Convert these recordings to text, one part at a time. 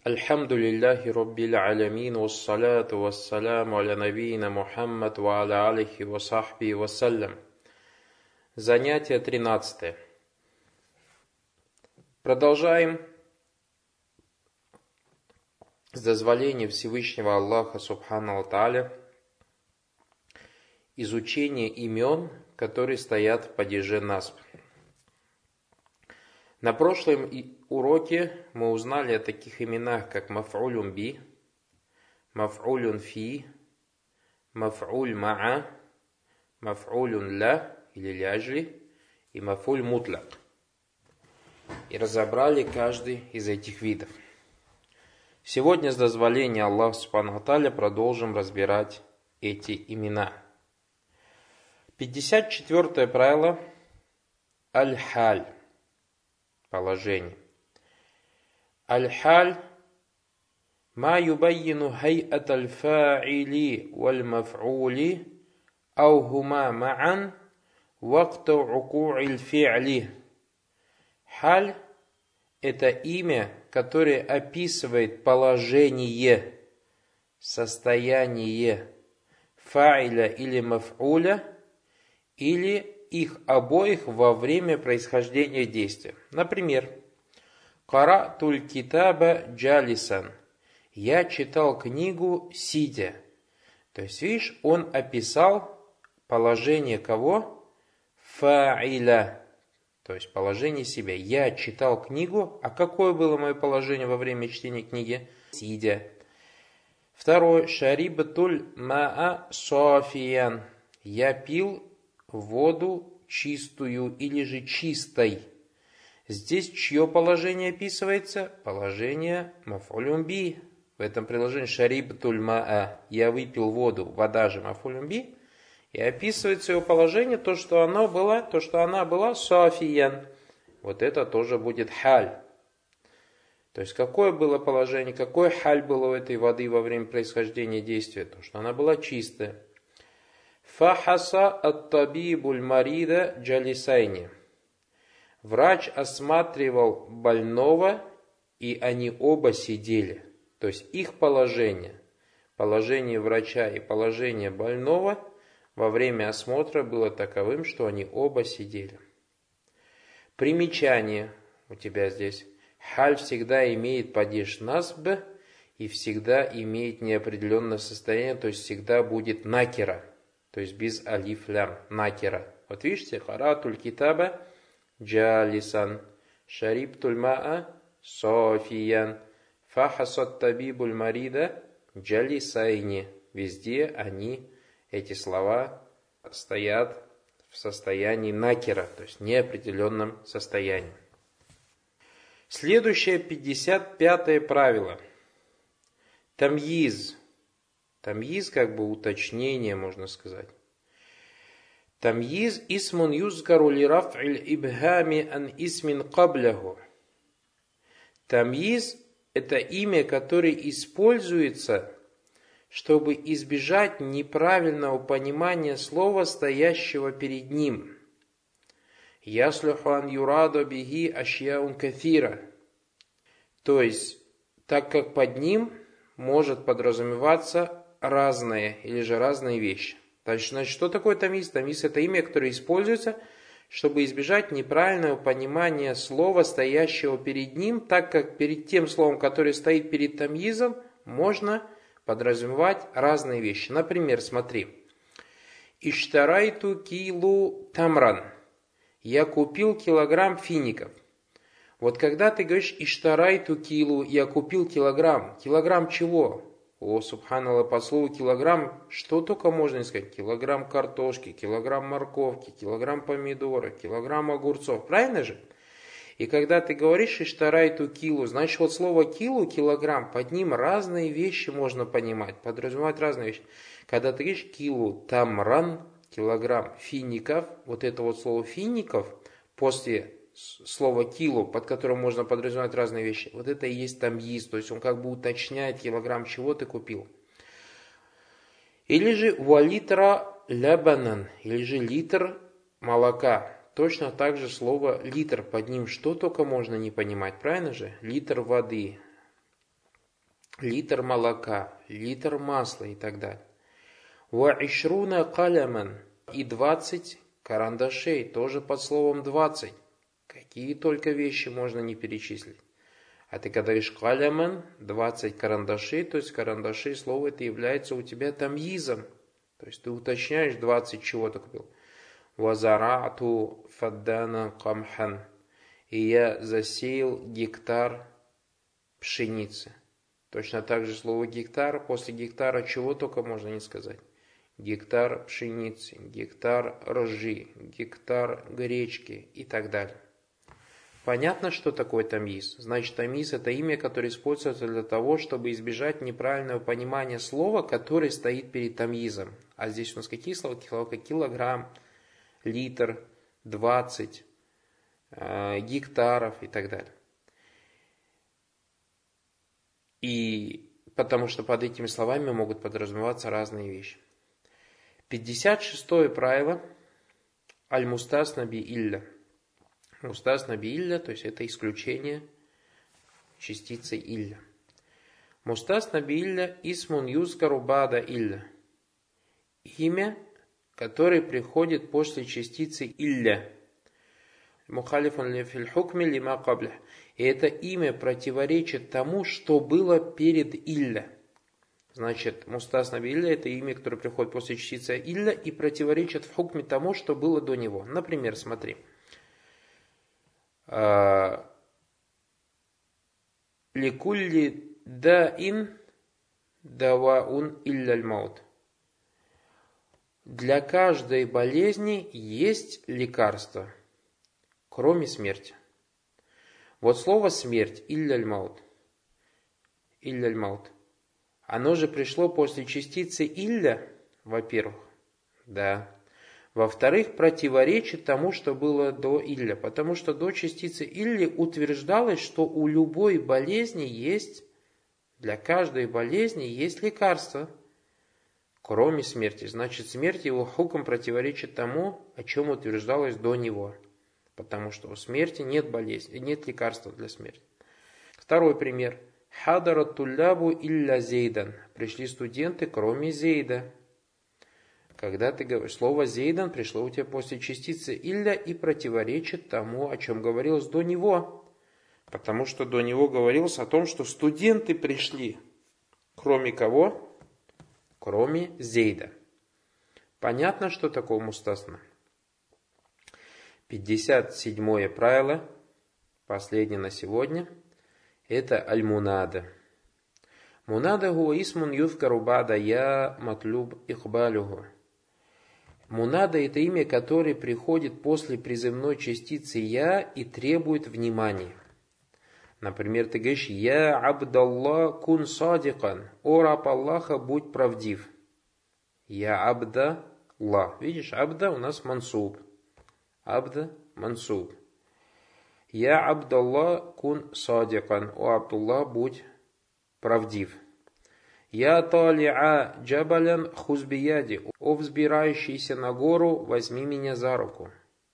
Альхамдулиллахи Раббил Алямин, вассаляту вассаляму аля набийна Мухаммад ва аля алихи ва сахби вассалям. Занятие 13. Продолжаем с дозволения Всевышнего Аллаха Субхану ва Тааля изучение имен, которые стоят в падеже насб. На прошлом уроке мы узнали о таких именах, как маф'улюн би, маф'улюн фи, маф'уль ма'а, маф'улюн ля или ляжли и маф'уль мутляк. И разобрали каждый из этих видов. Сегодня с дозволения Аллаха Субхану ва Тааля продолжим разбирать эти имена. 54 правило. Аль-халь. Положение. Аль-халь ма юбайину хайат аль-фа'или валь-маф'ули ау хума ма'ан вакта уку'иль фи'ли. Халь – это имя, которое описывает положение, состояние фа'iля или маф'уля, или их обоих во время происхождения действия. Например, «Каратуль китаба джалисан» – «Я читал книгу сидя». То есть, видишь, он описал положение кого? Фа'iля, то есть положение себя. Я читал книгу, а какое было мое положение во время чтения книги? Сидя. Второе, «Шарибатуль ма'a софиян» – «Я пил воду чистую или же чистой». Здесь чье положение описывается? Положение маф'улюн би. В этом предложении шарибтуль ма'a, я выпил воду, вода же маф'улюн би. И описывается его положение, то, что она была софиян. Вот это тоже будет халь. То есть какое было положение, какой халь было у этой воды во время происхождения действия? То, что она была чистая. Фахаса ат-табибуль марида джалисайни. Врач осматривал больного, и они оба сидели. То есть их положение врача и положение больного во время осмотра было таковым, что они оба сидели. Примечание у тебя здесь. Халь всегда имеет падеж насб и всегда имеет неопределенное состояние, то есть всегда будет накира. То есть без алиф лям, накира. Вот видите, харатуль китаба джалисан, шарибтуль ма'a софиян, фахасат табибуль марида джалисайни. Везде они, эти слова, стоят в состоянии накира, то есть неопределенном состоянии. Следующее 55-е правило. Тамйиз. Тамйиз как бы уточнение, можно сказать. Тамйиз исмун юзгару ли раф'иль ибхами ан исмин кабляху. Тамйиз – это имя, которое используется, чтобы избежать неправильного понимания слова, стоящего перед ним. Яслуху ан юрадо биги ашьяун кафира. То есть, так как под ним может подразумеваться разные или же разные вещи. Значит, что такое тамйиз? Тамйиз – это имя, которое используется, чтобы избежать неправильного понимания слова, стоящего перед ним, так как перед тем словом, которое стоит перед тамйизом, можно подразумевать разные вещи. Например, смотри. Иштарайту килу тамран. Я купил килограмм фиников. Вот когда ты говоришь иштарайту килу, я купил килограмм. Килограмм чего? О, субханаллах, по слову килограмм, что только можно искать. Килограмм картошки, килограмм морковки, килограмм помидора, килограмм огурцов. Правильно же? И когда ты говоришь иштарайту килу, значит вот слово килу, килограмм, под ним разные вещи можно понимать, подразумевать разные вещи. Когда ты говоришь килу тамран, килограмм фиников, вот это вот слово фиников, после слова килу, под которым можно подразумевать разные вещи, вот это и есть тамйиз, то есть он как бы уточняет, килограмм чего ты купил. Или же валитра лябанан, или же литр молока. Точно так же слово литр, под ним что только можно не понимать, правильно же? Литр воды. литр молока, литр масла и так далее. Ва ишруна каляман, и 20 карандашей, тоже под словом 20. Какие только вещи можно не перечислить. А ты когда говоришь каляман, 20 карандашей, то есть карандаши, слово это является у тебя тамйизом. То есть ты уточняешь 20 чего ты купил. Вазарату фаддана камхан. И я засеял гектар пшеницы. Точно так же слово гектар, после гектара чего только можно не сказать. Гектар пшеницы, гектар ржи, гектар гречки и так далее. Понятно, что такое тамйиз? Значит, тамйиз это имя, которое используется для того, чтобы избежать неправильного понимания слова, которое стоит перед тамйизом. А здесь у нас какие слова? Как килограмм, литр, 20, гектаров и так далее. И потому что под этими словами могут подразумеваться разные вещи. 56-е правило. Аль-мустасна би илля. Мустасна би илля, то есть это исключение частицы илля. Мустасна би илля исмун юзкару бада илля. Имя, которое приходит после частицы илля. Мухалифун ли фил хукми лима кабля. И это имя противоречит тому, что было перед илля. Значит, мустасна би илля это имя, которое приходит после частицы илля и противоречит в хукме тому, что было до него. Например, смотри. Ликулли даин даваун илля маут. Для каждой болезни есть лекарство, кроме смерти. Вот слово смерть, илля маут, оно же пришло после частицы илля, во-первых, да. Во-вторых, противоречит тому, что было до илля, потому что до частицы илли утверждалось, что у любой болезни есть, для каждой болезни есть лекарство, кроме смерти. Значит, смерть его хуком противоречит тому, о чем утверждалось до него, потому что у смерти нет болезни, нет лекарства для смерти. Второй пример. Хадарат туллябу илля зейдан. Пришли студенты, кроме зейда. Когда ты говоришь, слово зейдан пришло у тебя после частицы илля и противоречит тому, о чем говорилось до него. Потому что до него говорилось о том, что студенты пришли. Кроме кого? Кроме зейда. Понятно, что такое мустасна? 57-е правило, последнее на сегодня, это аль-мунада. Мунада гуа исмун юзкару бада я матлуб ихбалюгу. Мунада это имя, которое приходит после призывной частицы я и требует внимания. Например, ты говоришь я абдаллах кун садикан. О раб Аллаха, будь правдив. Я абдаллах. Видишь, абда у нас мансуб. Абда мансуб. Я абдаллах кун садикан. О Абдуллах, будь правдив. Я талиа джабалян хузбияди. О взбирающийся на гору, возьми меня за руку.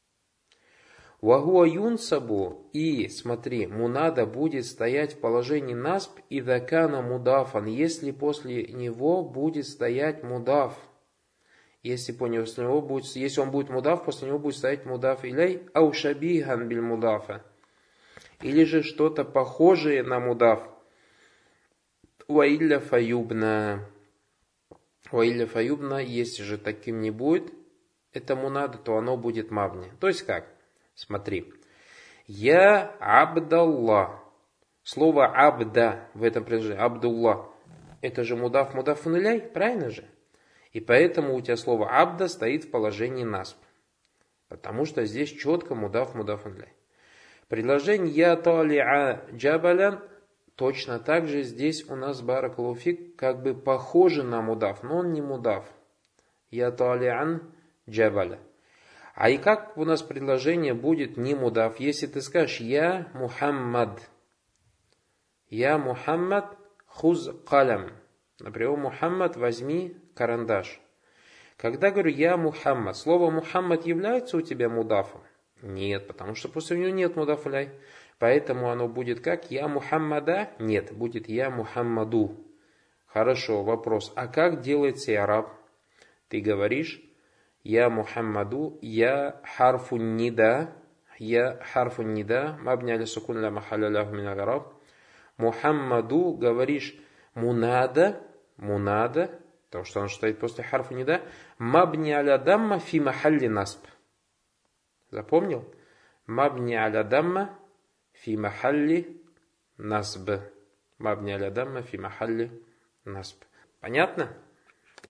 Вагуа юнсабу. И, смотри, мунада будет стоять в положении насб и дакана мудафан, если после него будет стоять мудаф. Если он будет мудаф, после него будет стоять мудаф иляй, ау шабихан биль мудафа. Или же что-то похожее на мудаф. Ваилля фаюбна. Ваилля фаюбна, если же таким не будет, это мунада, то оно будет мабни. То есть как? Смотри. Я абдаллах. Слово абда в этом предложении, абдуллах, это же мудаф иляй, правильно же? И поэтому у тебя слово абда стоит в положении насб. Потому что здесь четко мудаф иляй. Предложение я талиа джабалян точно так же здесь у нас баракаллаху фик как бы похоже на мудаф, но он не мудаф. Я талиан джабаля. А и как у нас предложение будет не мудаф, если ты скажешь я Мухаммад. Я Мухаммад хуз калям. Например, Мухаммад, возьми карандаш. Когда говорю я Мухаммад, слово Мухаммад является у тебя мудафом? Нет, потому что после него нет мудаф иляй. Поэтому оно будет как «Я Мухаммада»? Нет, будет «Я Мухаммаду». Хорошо, вопрос. А как делается и'раб? Ты говоришь «Я Мухаммаду», «Я харфун нида», «Я харфун нида», «Мабни аля сукун ла махалля лаху мин аль-ираб». Мухаммаду говоришь «Мунада», «Мунада», потому что он стоит после харфу нида, «Мабни аля дамма фи махалли насб». Запомнил? «Мабни аля дамма фи махалли насб». «Мабни аля дамма фи махалли насб». Понятно?